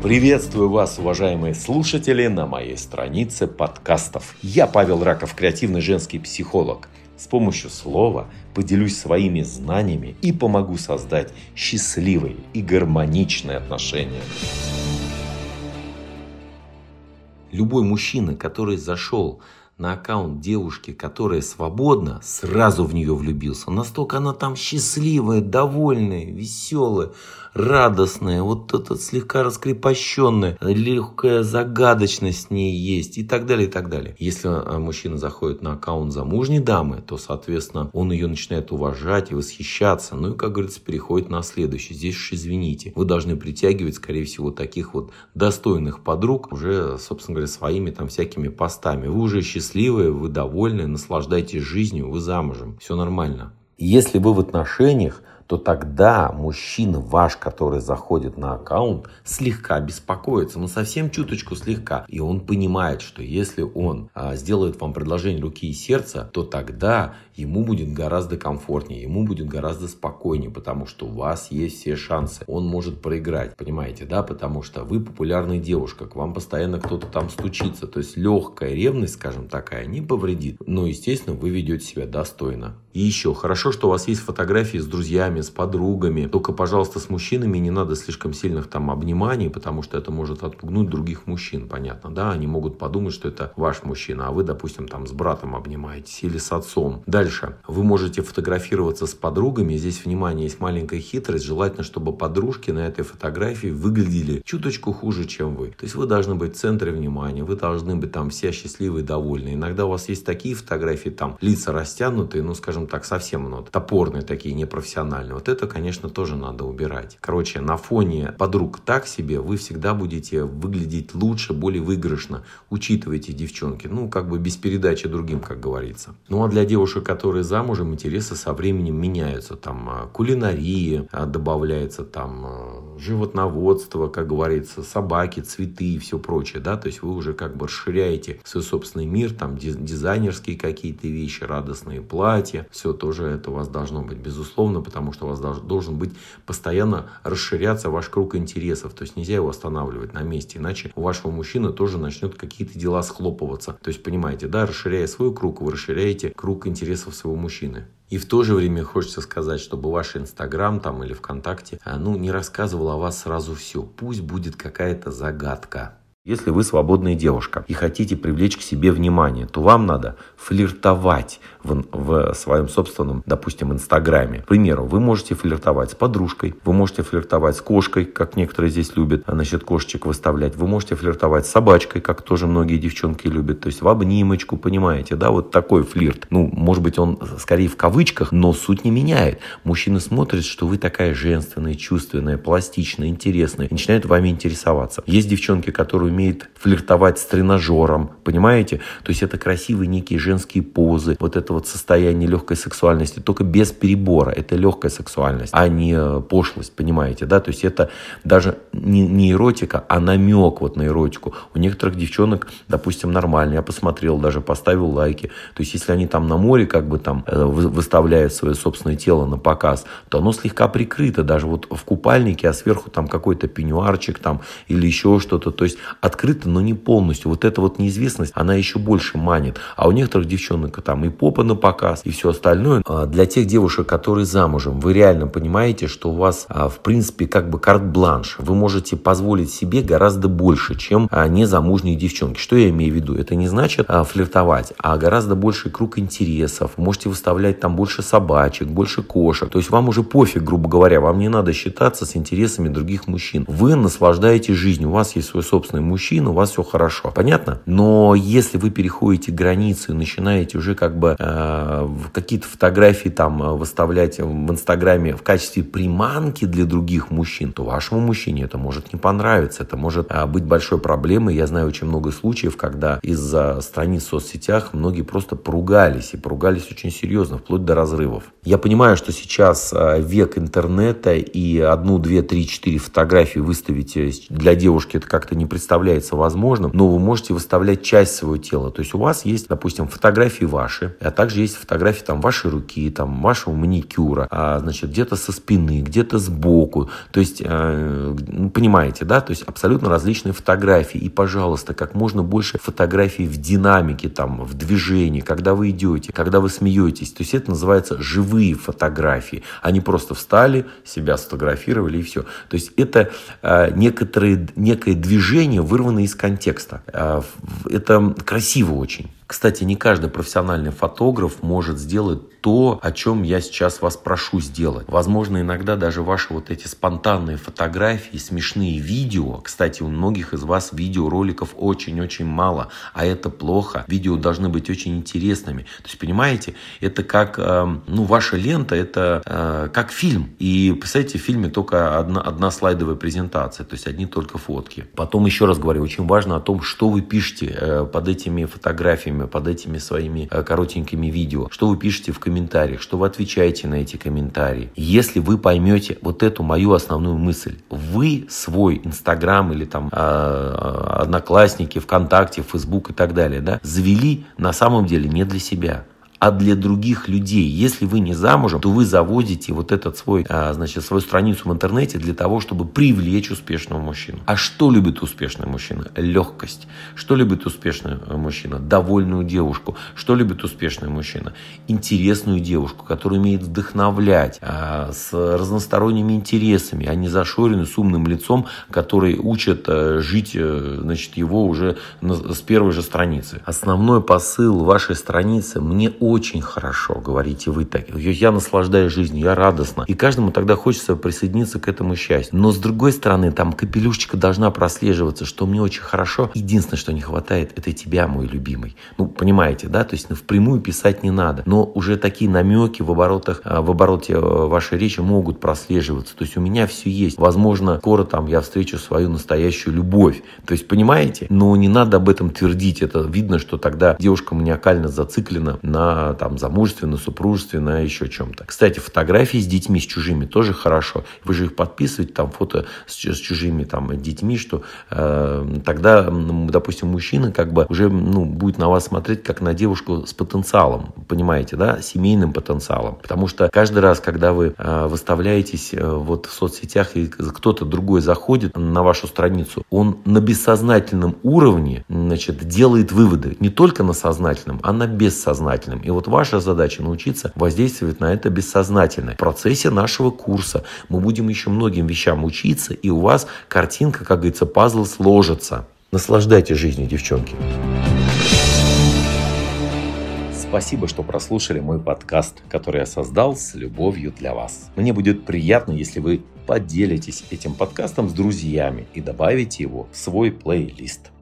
Приветствую вас, уважаемые слушатели, на моей странице подкастов. Я Павел Раков, креативный женский психолог. С помощью слова поделюсь своими знаниями и помогу создать счастливые и гармоничные отношения. Любой мужчина, который зашел на аккаунт девушки, которая свободна, сразу в нее влюбился. Настолько она там счастливая, довольная, веселая, радостная, вот эта слегка раскрепощенная, легкая загадочность с ней есть и так далее, и так далее. Если мужчина заходит на аккаунт замужней дамы, то, соответственно, он ее начинает уважать и восхищаться. Ну и, как говорится, переходит на следующий. Здесь уж извините, вы должны притягивать, скорее всего, таких вот достойных подруг уже, собственно говоря, своими там всякими постами. Вы уже счастливые, вы довольны, наслаждайтесь жизнью, вы замужем. Все нормально. Если вы в отношениях, то тогда мужчина ваш, который заходит на аккаунт, слегка беспокоится, но совсем чуточку слегка. И он понимает, что если он сделает вам предложение руки и сердца, то тогда ему будет гораздо комфортнее, ему будет гораздо спокойнее, потому что у вас есть все шансы. Он может проиграть, понимаете, да? Потому что вы популярная девушка, к вам постоянно кто-то там стучится. То есть легкая ревность, скажем, такая не повредит. Но, естественно, вы ведете себя достойно. И еще, хорошо, что у вас есть фотографии с друзьями, с подругами. Только, пожалуйста, с мужчинами не надо слишком сильных там обниманий, потому что это может отпугнуть других мужчин, понятно, да? Они могут подумать, что это ваш мужчина, а вы, допустим, там с братом обнимаетесь или с отцом. Дальше. Вы можете фотографироваться с подругами. Здесь, внимание, есть маленькая хитрость. Желательно, чтобы подружки на этой фотографии выглядели чуточку хуже, чем вы. То есть вы должны быть в центре внимания, вы должны быть там все счастливые и довольные. Иногда у вас есть такие фотографии, там лица растянутые, ну, скажем так, совсем топорные такие, непрофессиональные. Вот это, конечно, тоже надо убирать. Короче, на фоне подруг так себе вы всегда будете выглядеть лучше, более выигрышно. Учитывайте, девчонки. Ну, как бы без передачи другим, как говорится. Ну, а для девушек, которые замужем, интересы со временем меняются. Там кулинария добавляется, там животноводство, как говорится, собаки, цветы и все прочее, да. То есть вы уже как бы расширяете свой собственный мир, там дизайнерские какие-то вещи, радостные платья. Все тоже это у вас должно быть, безусловно, потому что у вас должен быть постоянно расширяться ваш круг интересов. То есть нельзя его останавливать на месте, иначе у вашего мужчины тоже начнут какие-то дела схлопываться. То есть, понимаете, да, расширяя свой круг, вы расширяете круг интересов своего мужчины. И в то же время хочется сказать, чтобы ваш Инстаграм там или ВКонтакте, не рассказывал о вас сразу все. Пусть будет какая-то загадка. Если вы свободная девушка и хотите привлечь к себе внимание, то вам надо флиртовать в своем собственном, допустим, Инстаграме. К примеру, вы можете флиртовать с подружкой, вы можете флиртовать с кошкой, как некоторые здесь любят, значит, кошечек выставлять. Вы можете флиртовать с собачкой, как тоже многие девчонки любят. То есть в обнимочку, понимаете, да, вот такой флирт. Ну, может быть, он скорее в кавычках, но суть не меняет. Мужчина смотрит, что вы такая женственная, чувственная, пластичная, интересная, и начинает вами интересоваться. Есть девчонки, которые умеет флиртовать с тренажером, понимаете? То есть это красивые некие женские позы, вот это вот состояние легкой сексуальности, только без перебора. Это легкая сексуальность, а не пошлость, понимаете, да? То есть это даже не эротика, а намек вот на эротику. У некоторых девчонок, допустим, нормально. Я посмотрел, даже поставил лайки. То есть если они там на море как бы там выставляют свое собственное тело на показ, то оно слегка прикрыто, даже вот в купальнике, а сверху там какой-то пеньюарчик там или еще что-то. То есть открыто, но не полностью. Вот эта вот неизвестность, она еще больше манит. А у некоторых девчонок там и попа на показ, и все остальное. Для тех девушек, которые замужем, вы реально понимаете, что у вас, в принципе, как бы карт-бланш. Вы можете позволить себе гораздо больше, чем незамужние девчонки. Что я имею в виду? Это не значит флиртовать, а гораздо больший круг интересов. Можете выставлять там больше собачек, больше кошек. То есть вам уже пофиг, грубо говоря. Вам не надо считаться с интересами других мужчин. Вы наслаждаетесь жизнью. У вас есть свой собственный мужчина, у вас все хорошо. Понятно? Но если вы переходите границы и начинаете уже как бы какие-то фотографии там выставлять в Инстаграме в качестве приманки для других мужчин, то вашему мужчине это может не понравиться. Это может быть большой проблемой. Я знаю очень много случаев, когда из-за страниц в соцсетях многие просто поругались. И поругались очень серьезно, вплоть до разрывов. Я понимаю, что сейчас век интернета, и 1, 2, 3, 4 фотографии выставить для девушки это как-то не представляется представляется возможным, но вы можете выставлять часть своего тела. То есть у вас есть, допустим, фотографии ваши, а также есть фотографии там вашей руки, там вашего маникюра, значит, где-то со спины, где-то сбоку. То есть, понимаете, да? То есть абсолютно различные фотографии. И, пожалуйста, как можно больше фотографий в динамике, там, в движении, когда вы идете, когда вы смеетесь. То есть это называется живые фотографии. Они просто встали, себя сфотографировали и все. То есть это некое движение, вырванное из контекста. Это красиво очень. Кстати, не каждый профессиональный фотограф может сделать то, о чем я сейчас вас прошу сделать. Возможно, иногда даже ваши вот эти спонтанные фотографии, смешные видео. Кстати, у многих из вас видеороликов очень-очень мало, а это плохо. Видео должны быть очень интересными. То есть, понимаете, это как, ваша лента, это как фильм. И, представляете, в фильме только одна слайдовая презентация, то есть одни только фотки. Потом, еще раз говорю, очень важно о том, что вы пишете под этими фотографиями, под этими своими коротенькими видео, что вы пишете в комментариях, что вы отвечаете на эти комментарии. Если вы поймете вот эту мою основную мысль, вы свой Инстаграм или там Одноклассники, ВКонтакте, Фейсбук и так далее, да, завели на самом деле не для себя, а для других людей. Если вы не замужем, то вы заводите вот этот свою страницу в интернете для того, чтобы привлечь успешного мужчину. А что любит успешный мужчина? Легкость. Что любит успешный мужчина? Довольную девушку. Что любит успешный мужчина? Интересную девушку, которая умеет вдохновлять, с разносторонними интересами, а не зашоренную, с умным лицом, который учит жить, его уже с первой же страницы. Основной посыл вашей страницы: мне очень хорошо, говорите вы так. Я наслаждаюсь жизнью, я радостна. И каждому тогда хочется присоединиться к этому счастью. Но с другой стороны, там капелюшечка должна прослеживаться, что мне очень хорошо. Единственное, что не хватает, это тебя, мой любимый. Понимаете, да? То есть впрямую писать не надо. Но уже такие намеки в обороте вашей речи могут прослеживаться. То есть у меня все есть. Возможно, скоро там я встречу свою настоящую любовь. То есть, понимаете? Но не надо об этом твердить. Это видно, что тогда девушка маниакально зациклена на замужестве, на супружестве, на еще чем-то. Кстати, фотографии с детьми, с чужими тоже хорошо. Вы же их подписываете, там фото с чужими детьми, что тогда, допустим, мужчина уже будет на вас смотреть как на девушку с потенциалом, понимаете, да, семейным потенциалом. Потому что каждый раз, когда вы выставляетесь в соцсетях, и кто-то другой заходит на вашу страницу, он на бессознательном уровне, делает выводы. Не только на сознательном, а на бессознательном. И вот ваша задача научиться воздействовать на это бессознательно. В процессе нашего курса мы будем еще многим вещам учиться, и у вас картинка, как говорится, пазл сложится. Наслаждайтесь жизнью, девчонки. Спасибо, что прослушали мой подкаст, который я создал с любовью для вас. Мне будет приятно, если вы поделитесь этим подкастом с друзьями и добавите его в свой плейлист.